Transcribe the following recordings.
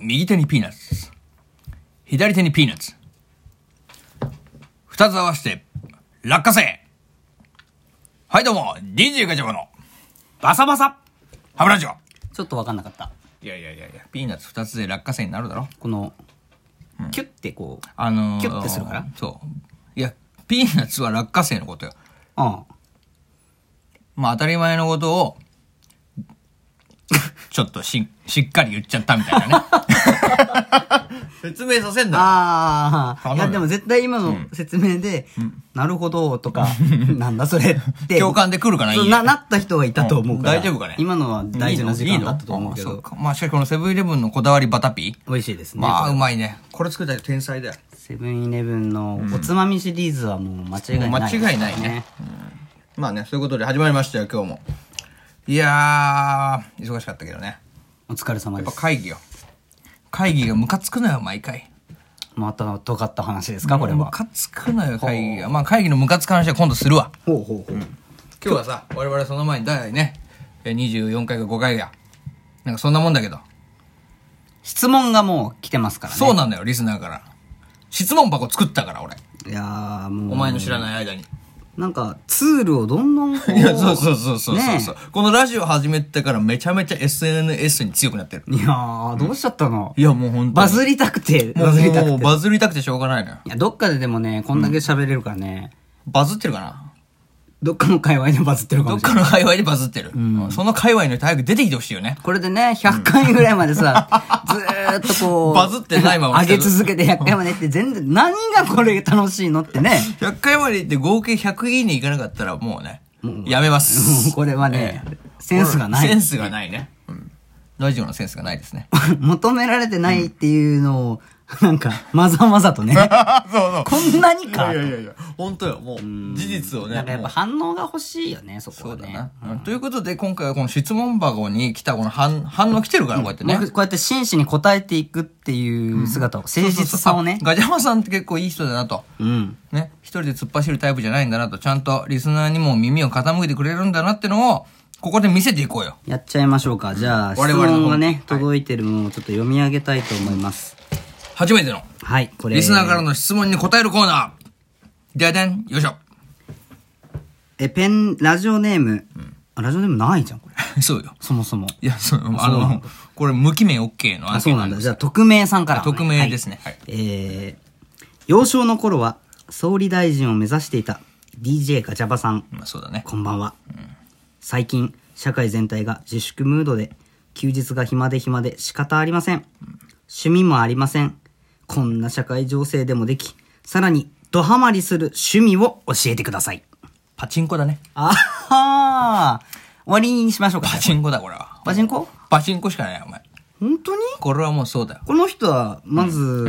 右手にピーナッツ。左手にピーナッツ。二つ合わせて、落花生。はいどうも、DJ ガチャバの、バサバサ、ハブラジオ。 ちょっとわかんなかった。 いや、ピーナッツ二つで落花生になるだろ。 この、キュッてこう、キュッてするからそう。いや、ピーナッツは落花生のことよ。 うん。 まあ当たり前のことを、ちょっとしっかり言っちゃったみたいなね。説明させんだ。 ああ。いやでも絶対今の説明で、なるほどとか、なんだそれって。 共感で来るかな、いいなった人がいたと思うから。 大丈夫かね。 今のは大事な時間だったと思うけど。 まあしかしこのセブンイレブンのこだわりバタピー。 美味しいですね。 まあうまいね。これ作ったら天才だよ。 セブンイレブンのおつまみシリーズはもう間違いない。 間違いないね。まあね、そういうことで始まりましたよ、今日も。いやー、忙しかったけどね。 お疲れ様です。 やっぱ会議よ。会議がムカつくのよ、毎回。 また尖った話ですか、これは。 ムカつくのよ、会議が。まあ会議のムカつく話は今度するわ。 ほうほうほう。 今日はさ、我々その前に第ね、24回か5回が、なんかそんなもんだけど。 質問がもう来てますからね。 そうなんだよ、リスナーから。質問箱作ったから、俺。 いやーもう。 お前の知らない間に。 なんか、ツールをどんどんこう。 いや、そう。 ね、 このラジオ始めてからめちゃめちゃ SNS に強くなってる。 いやー、どうしちゃったの？ いや、もうほんと。 バズりたくて。 もうバズりたくてしょうがないのよ。 いや、どっかででもね、こんだけ喋れるからね。 バズってるかな？ どっかの界隈でバズってるかもしれない。 どっかの界隈でバズってる。その界隈の人早く出てきてほしいよね。 これでね、100回ぐらいまでさ、ずーっとこう。 バズってないまま。 上げ続けて100回までって全然、何がこれ楽しいのってね。 100回まで行って合計100いいねいかなかったらもうね、やめます。 これはね、センスがない。 センスがないね。ラジオのセンスがないですね。 求められてないっていうのを、なんか、まざまざとね。そう。こんなにか。 いや。本当よ。もう、事実をね。 なんかやっぱ反応が欲しいよね、そこはね。 そうだな。ということで、今回はこの質問箱に来たこの反応来てるから、こうやってね。 こうやって真摯に答えていくっていう姿を、誠実さをね。 ガジャマさんって結構いい人だなと。ね。一人で突っ走るタイプじゃないんだなと、ちゃんとリスナーにも耳を傾けてくれるんだなってのを、ここで見せていこうよ。 やっちゃいましょうか。じゃあ、質問がね、届いてるものをちょっと読み上げたいと思います。 初めての。 はい、これ。 リスナーからの質問に答えるコーナー。ででん、よいしょ。 ラジオネーム。ラジオネームないじゃん、これ。 そうよ。 そもそも。 いや、これ無記名 OK の案件なんです。 そうなんだ。じゃあ、匿名さんから。 匿名ですね。はい。 幼少の頃は、総理大臣を目指していた DJ ガチャバさん。 まあそうだね。 こんばんは。最近、社会全体が自粛ムードで、休日が暇で仕方ありません。趣味もありません。こんな社会情勢でもでき、さらにドハマりする趣味を教えてください。 パチンコだね。 あはー。終わりにしましょうか。 パチンコだ、これは。 パチンコ？ パチンコしかない、お前。 本当に？ これはもうそうだよ。 この人は、まず、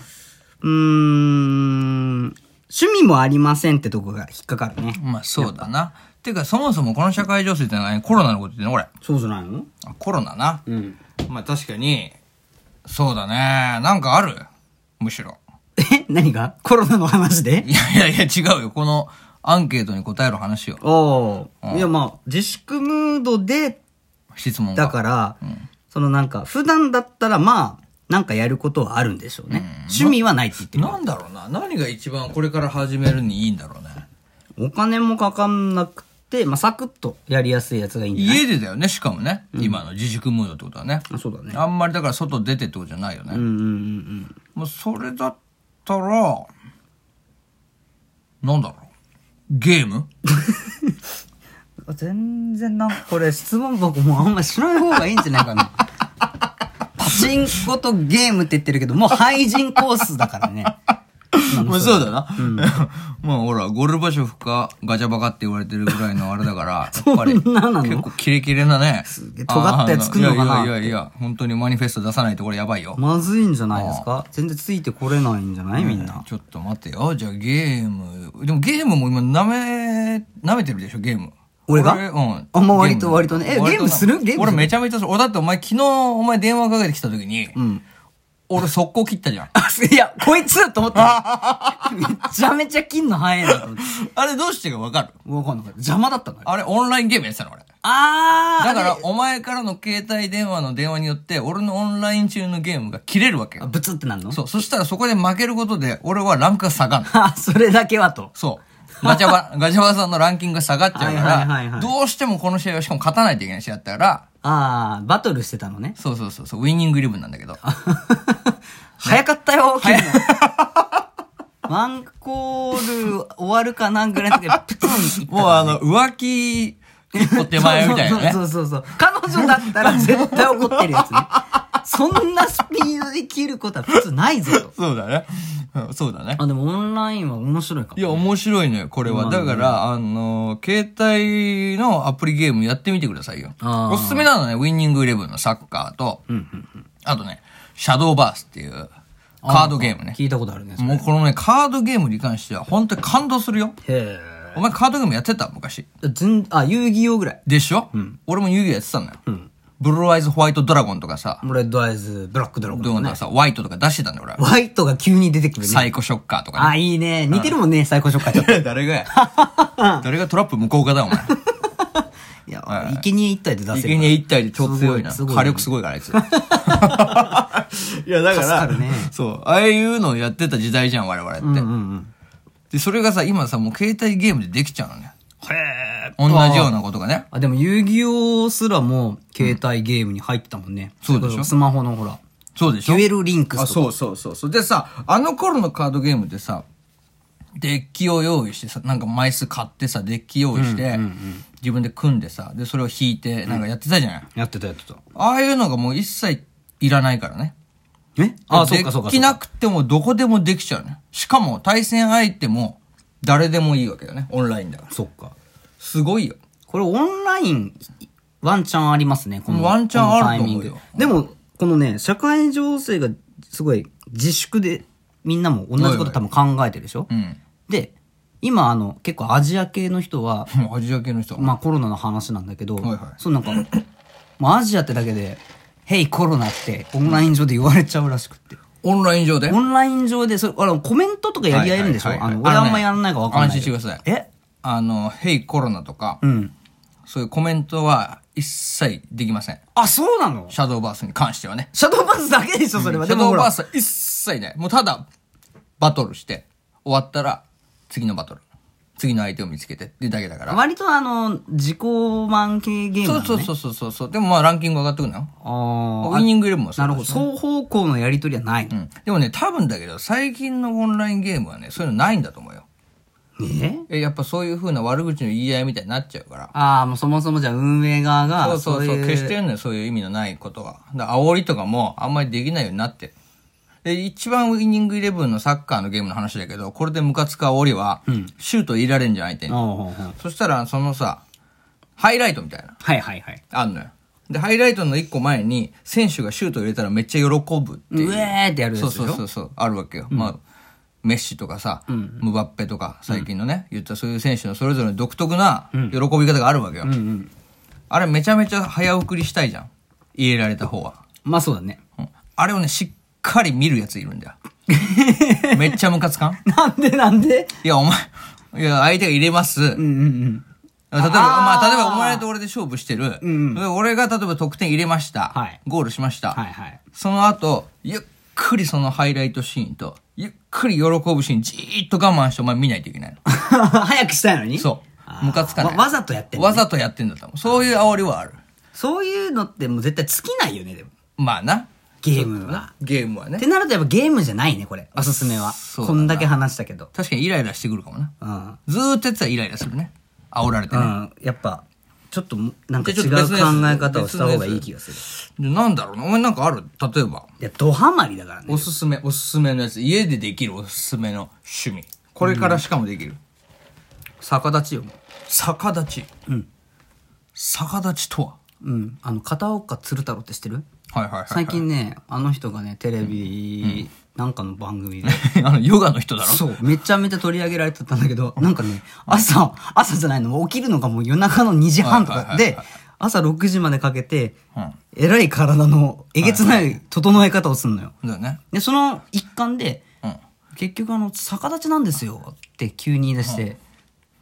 趣味もありませんってとこが引っかかるね。 まあそうだな。てか、そもそもこの社会情勢って何？コロナのこと言ってんのこれ。 そうじゃないの？ コロナな。まあ確かに、そうだね。なんかある？むしろ。 何が？コロナの話で？ いや違うよ。このアンケートに答える話よ。いやまあ、自粛ムードで、 質問だから、そのなんか、普段だったらまあ、なんかやることはあるんでしょうね。趣味はないって言ってる。 なんだろうな。何が一番これから始めるにいいんだろうね。 お金もかかんなくて、まあ、サクッとやりやすいやつがいいんじゃない？ 家でだよね、しかもね。今の自粛ムードってことはね。 そうだね。 あんまりだから外出てってことじゃないよね。もうそれだったら、なんだろう。ゲーム全然なんかこれ質問僕もうあんましない方がいいんじゃないかな。パチンコとゲームって言ってるけど、もう廃人コースだからね。 まあそうだな。まあほら、ゴルバチョフかガチャバカって言われてるぐらいのあれだから、やっぱり結構キレキレなね。 尖ったやつ作るのかな？ いや、本当にマニフェスト出さないとこれやばいよ。 まずいんじゃないですか？全然ついてこれないんじゃないみんな。 ちょっと待ってよ。じゃあゲーム。でもゲームも今舐めてるでしょ、ゲーム。 俺が？あんま割とね。ゲームする？ 俺めちゃめちゃする。俺だって昨日お前電話かけてきた時に、俺速攻切ったじゃん。 いや、こいつと思った。めちゃめちゃ切んの早いなと思って。 あれどうしてかわかる？ わかんなかった。邪魔だったの？ あれオンラインゲームやってたの俺。 だから、お前からの携帯電話の電話によって、俺のオンライン中のゲームが切れるわけよ。 ブツってなんの？ そう。そしたらそこで負けることで、俺はランクが下がるの。 あ、それだけはと。 そう。ガチャバさんのランキングが下がっちゃうから、どうしてもこの試合はしかも勝たないといけない試合だったから、 バトルしてたのね。 そう。ウィニングイレブンなんだけど。 早かったよ、昨日。ワンコール終わるかなんぐらいの時プツンに行った、 ね。もう浮気、一歩手前みたいなね。 そう。彼女だったら絶対怒ってるやつね。そんなスピードで切ることは普通ないぞと。 そうだね。 でもオンラインは面白いかも、ね。 いや、面白いのよ、これは。だから、携帯のアプリゲームやってみてくださいよ。おすすめなのね、ウィニングイレブンのサッカーと、あとね、シャドーバースっていうカードゲームね。 聞いたことあるね。 もうこのね、カードゲームに関しては本当に感動するよ。 へー。 お前カードゲームやってた昔。 遊戯王ぐらい。 でしょ？俺も遊戯王やってたんだよ。ブルーアイズホワイトドラゴンとかさ。 レッドアイズブラックドラゴンとかさ、ホワイトとか出してたんだよ、俺は。 ホワイトが急に出てくるね。 サイコショッカーとかね。 いいね。似てるもんね、サイコショッカーちょっと。 誰がや。誰がトラップ向こう側だ、お前。 いや、生贄一体で出せる。 生贄一体で超強いな。火力すごいから、あいつ。いや、だから、そう、ああいうのをやってた時代じゃん、我々って。で、それがさ、今さ、もう携帯ゲームでできちゃうのね。 へー。同じようなことがね。 でも遊戯王すらも携帯ゲームに入ってたもんね。 そうでしょ？ スマホのほら。 そうでしょ？ デュエルリンクスとか。 そう。でさ、あの頃のカードゲームってさ、デッキを用意してさ、なんか枚数買ってさ、デッキ用意して、自分で組んでさ、で、それを引いて、なんかやってたじゃない？ やってた。 ああいうのがもう一切いらないからね。 そうか。 できなくてもどこでもできちゃうね。しかも対戦相手も誰でもいいわけよね。オンラインだから。 そっか。 すごいよ。 これオンライン、ワンチャンありますね。このワンチャンあると思うよ。 でも、このね、社会情勢がすごい自粛で、みんなも同じこと多分考えてるでしょ？で、今結構アジア系の人は、 アジア系の人はコロナの話なんだけど、そうなんか、もうアジアってだけで、ヘイコロナってオンライン上で言われちゃうらしくって。 オンライン上でコメントとかやり合えるんでしょ？俺あんまやらないか分かんない。 安心してください。ヘイコロナとか、そういうコメントは一切できません。 そうなの？ シャドーバースに関してはね。 シャドーバースだけでしょ、それは。 シャドーバースは一切ね。もうただ、バトルして、終わったら、次のバトル。次の相手を見つけてっていうだけだから。 割と自己満系ゲームなのね。 そう。でもランキング上がってくるのよ。ウィニングイレブンもそう。 なるほど。双方向のやりとりはない。 でもね、多分だけど、最近のオンラインゲームはね、そういうのないんだと思うよ。やっぱそういう風な悪口の言い合いみたいになっちゃうから。 もうそもそもじゃあ運営側が。 そう。消してんのよ、そういう意味のないことが。煽りとかもあんまりできないようになって。で、一番ウィニングイレブンのサッカーのゲームの話だけど、これでムカつく煽りは、シュート入れられんじゃん、相手に。そしたら、そのさ、ハイライトみたいな。あんのよ。で、ハイライトの一個前に、選手がシュート入れたらめっちゃ喜ぶっていう。 うえーってやるやつでしょ？ そう。あるわけよ。メッシとかさ、ムバッペとか、最近のね、言ったそういう選手のそれぞれ独特な喜び方があるわけよ。あれめちゃめちゃ早送りしたいじゃん。入れられた方は。 そうだね。 あれをね、しっかり見るやついるんだよ。めっちゃムカつかん？ なんでいや、相手が入れます。例えばお前と俺で勝負してる。俺が例えば得点入れました。ゴールしました。その後、ゆっくりそのハイライトシーンと、ゆっくり喜ぶシーンじーっと我慢してお前見ないといけないの。 早くしたいのに？ そう。ムカつかない。 わざとやってんの？ わざとやってんだと思う。そういう煽りはある。 そういうのってもう絶対尽きないよね、でも。 まあな。 ゲームは。 ゲームはね。 ってなるとやっぱゲームじゃないね、これ。おすすめは。こんだけ話したけど。 確かにイライラしてくるかもな。ずーっとやってたらイライラするね。煽られてね。 やっぱ、ちょっとなんか違う考え方をした方がいい気がする。なんだろうな。お前なんかある？例えば。 いや、ドハマりだからね。 おすすめのやつ。家でできるおすすめの趣味。これからしかもできる。 逆立ちよ。 逆立ち？逆立ちとは？ 片岡鶴太郎って知ってる？ はい。 最近ね、あの人がね、テレビ、なんかの番組で。 ヨガの人だろ？ そう。めちゃめちゃ取り上げられてたんだけど、なんかね、朝じゃないの、起きるのがもう夜中の2時半とかで、朝6時までかけて、えらい体のえげつない整え方をすんのよ。で、その一環で、結局逆立ちなんですよって急に言い出して、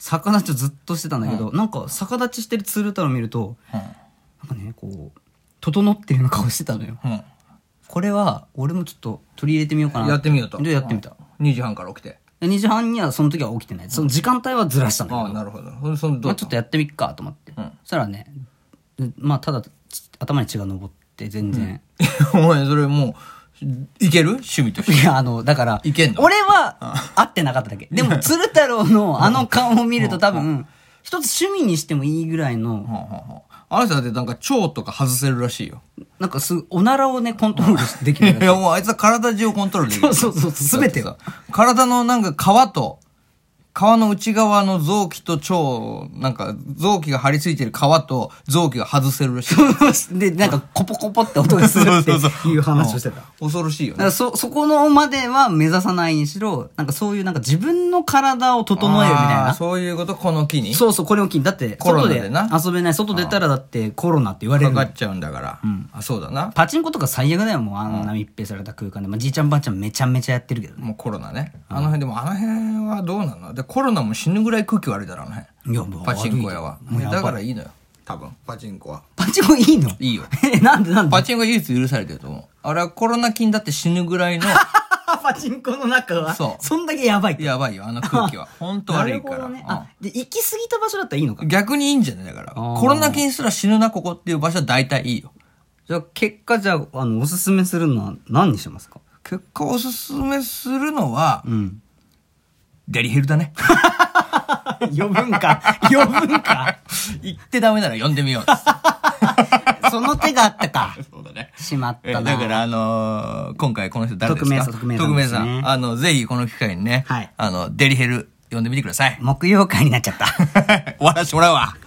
逆立ちをずっとしてたんだけど、なんか逆立ちしてる鶴太郎見ると、 うん。 なんかね、こう、整ってるような顔してたのよ。 うん。 これは、俺もちょっと取り入れてみようかな。 やってみようと。 で、やってみた。 2時半から起きて。 で2時半にはその時は起きてない。その時間帯はずらしたんだけど。 ああ、なるほど。そのどうまあ、ちょっとやってみっかと思って。そしたらね、まあ、ただ、頭に血が上って全然。 お前、それもう、いける趣味として。 いや、だから、 いけんの俺は、合ってなかっただけ。でも、鶴太郎のあの顔を見ると多分、一つ趣味にしてもいいぐらいの、 あの人だってなんか腸とか外せるらしいよ。 なんかおならをね、コントロールできるらしい。 いや、もうあいつは体中をコントロールできる。 そう、すべてよ。 体のなんか皮の内側の臓器と腸、なんか臓器が張り付いてる皮と臓器が外せるらしい。 で、なんかコポコポって音がするっていう話をしてた。 恐ろしいよね。 だからそこのまでは目指さないにしろ、なんかそういうなんか自分の体を整えるみたいな。 そういうこと、この木にそう、これを機に。だって、 コロ外でナでな遊べない。外出たらだってコロナって言われるの。 かかっちゃうんだから。あ、そうだな。 パチンコとか最悪だよ、もうあんな密閉された空間で。まあ、じいちゃんばあちゃんめちゃめちゃやってるけどね。 もうコロナね。あの辺でも、あの辺はどうなので、コロナも死ぬぐらい空気悪いだろうね。 いや、もうパチンコ屋は。 もうやばいだからいいのよ。多分、パチンコは。 パチンコいいのいいよ。 なんでパチンコ唯一許されてると思う。あれはコロナ菌だって死ぬぐらいの、 パチンコの中はそうそんだけやばいって。 やばいよ、あの空気は。ほんと悪いから。 なるほどね。で、行き過ぎた場所だったらいいのか。 逆にいいんじゃないだから。コロナ菌すら死ぬな、ここっていう場所は大体いいよ。 じゃあ、結果じゃあ、おすすめするのは何にしますか？ 結果おすすめするのは、 うん。 デリヘルだね。 呼ぶんか。 言ってダメなら呼んでみよう。 その手があったか。 そうだね。 しまったな。 だから今回この人誰ですか？ 匿名さんですね。 ぜひこの機会にね、 はい。 デリヘル呼んでみてください。 木曜会になっちゃった。 終わらせてもらうわ。